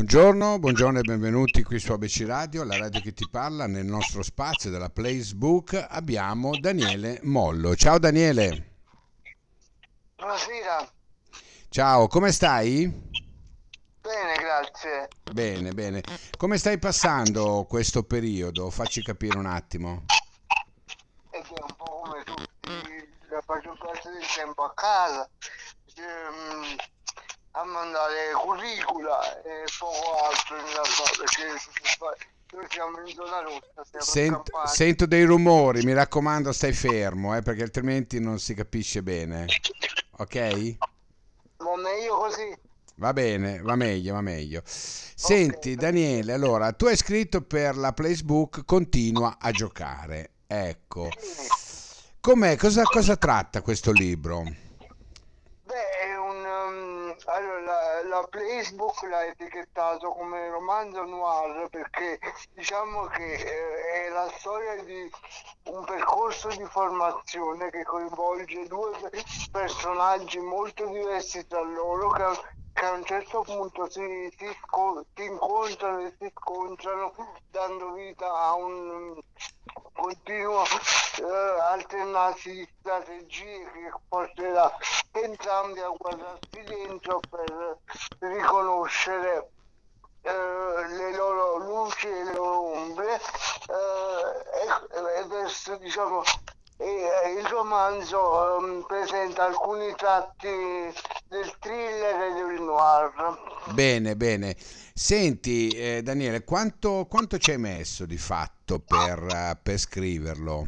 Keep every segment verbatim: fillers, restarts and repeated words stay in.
Buongiorno, buongiorno e benvenuti qui su A B C Radio, la radio che ti parla. Nel nostro spazio della Facebook abbiamo Daniele Mollo. Ciao Daniele. Buonasera, Ciao, come stai? bene, grazie. Bene, bene. Come stai passando questo periodo? Facci capire un attimo. E che è un po' come tutti, la maggior parte del tempo a casa, ehm, a mandare curricula e poco altro in realtà, perché si fa- noi siamo in zona rossa, siamo in Sent- campagna. sento dei rumori, mi raccomando stai fermo, eh, perché altrimenti non si capisce bene. Ok? Ma meglio così? Va bene, va meglio, va meglio. Ok, Senti, perfetto. Daniele, allora, tu hai scritto per la Facebook Continua a giocare. Ecco. Sì. Com'è? Cosa, cosa tratta questo libro? Beh, è un, um, allora, la, la Facebook l'ha etichettato come romanzo noir perché diciamo che eh, è la storia di un percorso di formazione che coinvolge due pe- personaggi molto diversi tra loro che, a che a un certo punto si, si sco- si incontrano e si scontrano dando vita a un continuo eh, alternarsi di strategie che porterà entrambi a guardarsi dentro per riconoscere eh, le loro luci e le loro ombre eh, e, e verso, diciamo, e, il romanzo ehm, presenta alcuni tratti del thriller e del noir. Bene, bene. Senti, eh, Daniele, quanto, quanto ci hai messo di fatto per, eh, per scriverlo?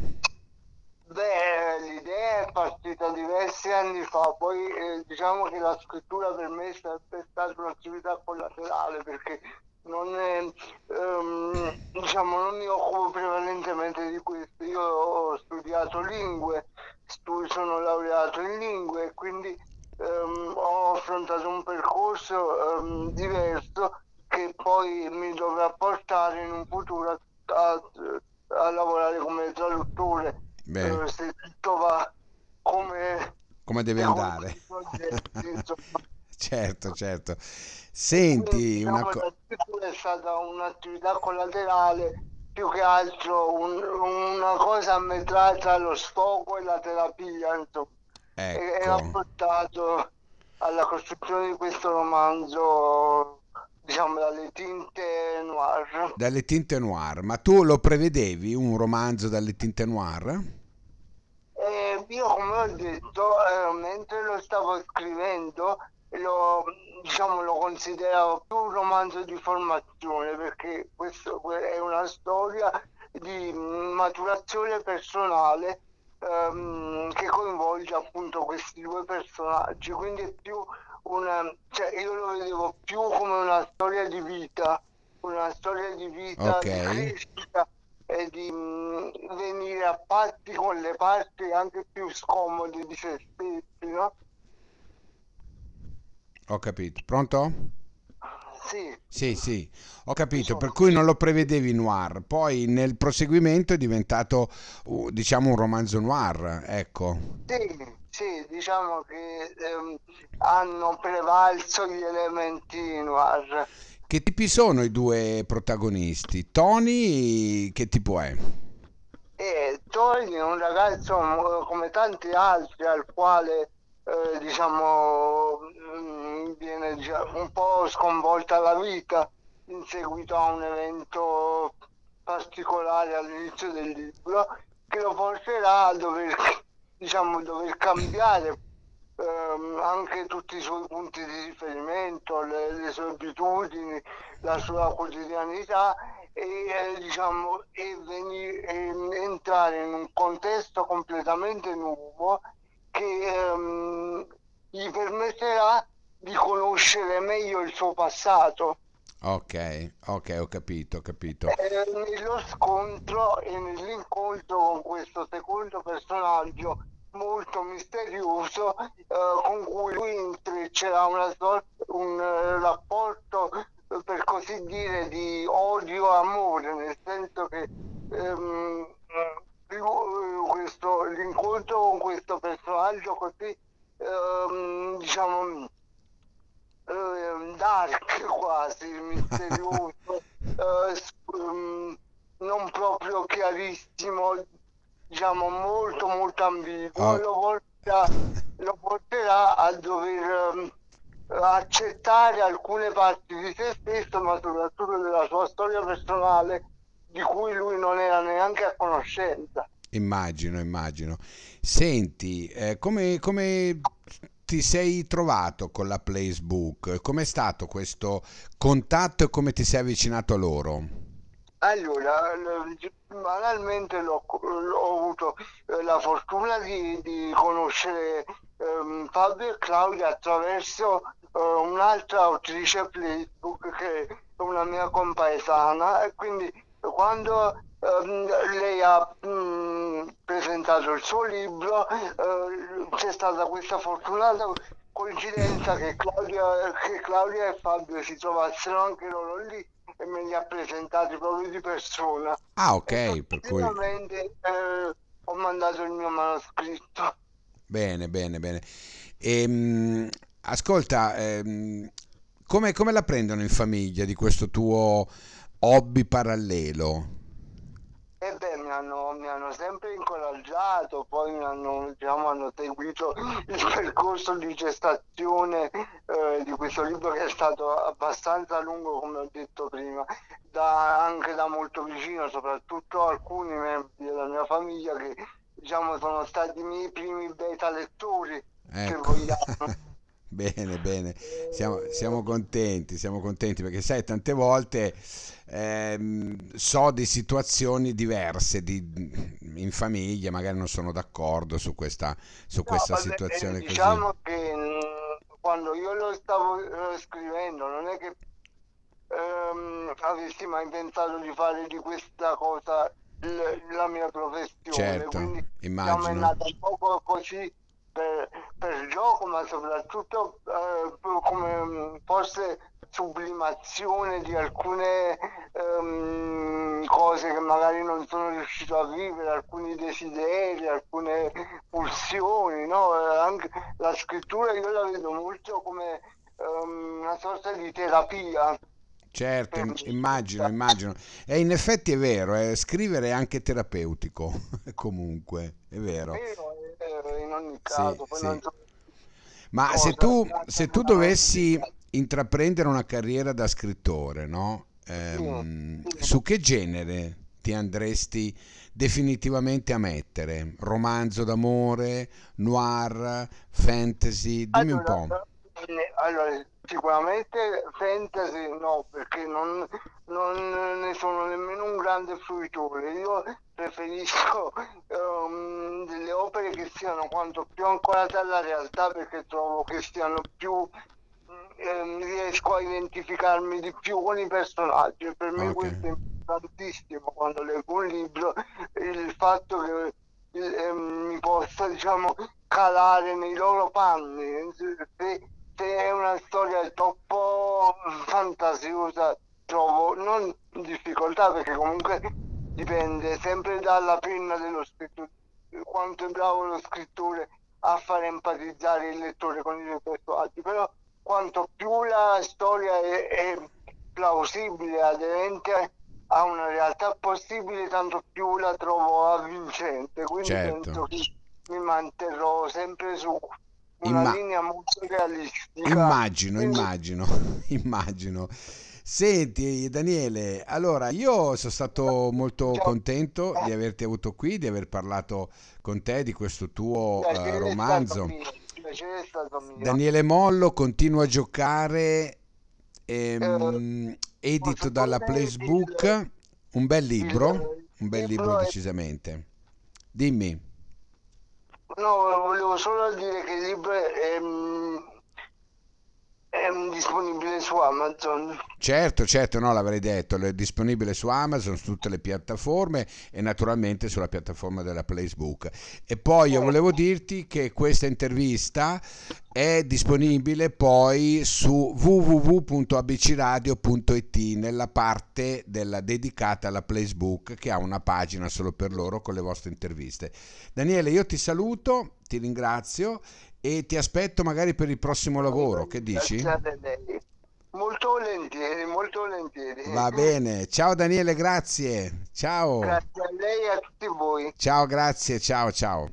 Beh, l'idea è partita diversi anni fa, poi eh, diciamo che la scrittura per me è sempre stata un'attività collaterale perché non, è, ehm, diciamo, non mi occupo prevalentemente di questo. Io ho studiato lingue, stu- sono laureato in lingue e quindi ehm, ho affrontato un percorso ehm, diverso che poi mi dovrà portare in un futuro a, a- a lavorare come traduttore Bene, eh, se tutto va come come deve secondo andare? i progetti, insomma. Certo, certo. E quindi Senti, una diciamo cosa... la scrittura è stata un'attività collaterale, più che altro un- una cosa a metà tra lo sfogo e la terapia, insomma, e, e Ecco. ha portato alla costruzione di questo romanzo, diciamo, dalle tinte noir. Dalle tinte noir, ma tu lo prevedevi un romanzo dalle tinte noir? Eh, io come ho detto, eh, mentre lo stavo scrivendo, lo, diciamo, lo consideravo più un romanzo di formazione perché questo è una storia di mm, maturazione personale ehm, che coinvolge appunto questi due personaggi, quindi è più una, cioè io lo vedevo più come una storia di vita, una storia di vita, Ok, di crescita e di mh, venire a patti con le parti anche più scomode di se stessi, no? ho capito. Pronto? Sì, Sì, sì, ho capito, per insomma, cui non lo prevedevi noir, poi nel proseguimento è diventato, uh, diciamo, un romanzo noir, ecco. sì, sì, diciamo che ehm, hanno prevalso gli elementi noir. Che tipi sono i due protagonisti? Tony, che tipo è? E Tony è un ragazzo mo- come tanti altri al quale eh, diciamo mh, viene diciamo, un po' sconvolta la vita in seguito a un evento particolare all'inizio del libro che lo porterà a dover, diciamo, dover cambiare ehm, anche tutti i suoi punti di riferimento, le, le sue abitudini, la sua quotidianità e, eh, diciamo, e, veni- e entrare in un contesto completamente nuovo che ehm, gli permetterà di conoscere meglio il suo passato. Ok, ok, ho capito, ho capito. Eh, nello scontro e nell'incontro con questo secondo personaggio molto misterioso eh, con cui lui intreccerà una sorta, un eh, rapporto eh, per così dire di odio-amore, nel senso che ehm, lui- questo- l'incontro con questo personaggio così ehm, diciamo eh, dark quasi, misterioso, eh, s- mm, non proprio chiarissimo, diciamo molto molto ambiguo, Oh. lo porterà, lo porterà a dover ehm, accettare alcune parti di se stesso, ma soprattutto della sua storia personale, di cui lui non era neanche a conoscenza. Immagino, immagino. Senti, eh, come, come ti sei trovato con la Facebook? Com'è stato questo contatto e come ti sei avvicinato a loro? Allora, l- banalmente l'ho, ho avuto eh, la fortuna di, di conoscere ehm, Fabio e Claudia attraverso eh, un'altra autrice Facebook che è una mia compaesana e quindi quando ehm, lei ha mm, presentato il suo libro eh, c'è stata questa fortunata coincidenza che Claudia, che Claudia e Fabio si trovassero anche loro lì e me li ha presentati proprio di persona Ah, e ok, per cui successivamente eh, ho mandato il mio manoscritto. bene, bene, bene. Ehm, ascolta, ehm, come, come la prendono in famiglia di questo tuo hobby parallelo? E beh, mi hanno, mi hanno sempre incoraggiato, poi mi hanno, diciamo, hanno seguito il percorso di gestazione eh, di questo libro che è stato abbastanza lungo, come ho detto prima, da- anche da molto vicino, soprattutto alcuni membri della mia famiglia che, diciamo, sono stati i miei primi beta lettori, se Ecco, vogliamo. bene, bene, siamo, siamo Eh, contenti, siamo contenti perché sai, tante volte ehm, so di situazioni diverse di- in famiglia, magari non sono d'accordo su questa, su No, questa vabbè, eh, situazione così. diciamo che mh, quando io lo stavo eh, scrivendo non è che ehm, avessi mai pensato di fare di questa cosa l- la mia professione, Certo, quindi diciamo è immagino. nata un po' così per, per gioco, ma soprattutto eh, come mh, forse sublimazione di alcune ehm, cose che magari non sono riuscito a vivere, alcuni desideri, alcune pulsioni, no? Eh, Anche la scrittura io la vedo molto come ehm, una sorta di terapia Certo, per im- me. immagino, immagino. E in effetti è vero, eh, scrivere è anche terapeutico, comunque, è vero. Io, eh, in ogni Sì, caso, poi non sì. so Ma se cosa tu, se tu dovessi esattamente. intraprendere una carriera da scrittore, no? Sì, Ehm, sì. su che genere ti andresti definitivamente a mettere? Romanzo d'amore, noir, fantasy? Dimmi un Allora, po'. eh, allora, sicuramente fantasy no, perché non, non ne sono nemmeno un grande fruitore. Io preferisco ehm, delle opere che siano quanto più ancorate alla realtà perché trovo che siano più, ehm, riesco a identificarmi di più con i personaggi. E per me Ok, questo è importantissimo quando leggo un libro, il fatto che il- ehm, mi possa, diciamo, calare nei loro panni. Se, se è una storia troppo fantasiosa, trovo non in difficoltà perché comunque dipende sempre dalla penna dello scrittore, quanto è bravo lo scrittore a far empatizzare il lettore con i suoi personaggi, però quanto più la storia è, è plausibile, aderente a una realtà possibile, tanto più la trovo avvincente. Quindi certo. penso che mi manterrò sempre su una Imma- linea molto realistica. Immagino, Quindi, immagino, immagino. Senti, Daniele, allora io sono stato molto diciamo, contento di eh, averti avuto qui, di aver parlato con te di questo tuo eh, piacere è stato romanzo. mio, piacere è stato mio. Daniele Mollo continua a giocare, Eh, ehm, edito posso dalla dire il, Placebook, un bel il libro, un bel libro libro è. decisamente. Dimmi. No, volevo solo dire che il libro è, è, è disponibile su Amazon. Certo, certo, no, l'avrei detto, è disponibile su Amazon, su tutte le piattaforme e naturalmente sulla piattaforma della Facebook. E poi io volevo Certo. dirti che questa intervista è disponibile poi su w w w punto a b c radio punto i t nella parte della, dedicata alla Facebook che ha una pagina solo per loro con le vostre interviste. Daniele, io ti saluto, ti ringrazio e ti aspetto magari per il prossimo lavoro, che dici? Grazie a lei. Molto volentieri, molto volentieri. Va bene, ciao Daniele, grazie. Ciao. Grazie a lei e a tutti voi. Ciao, grazie, ciao, ciao.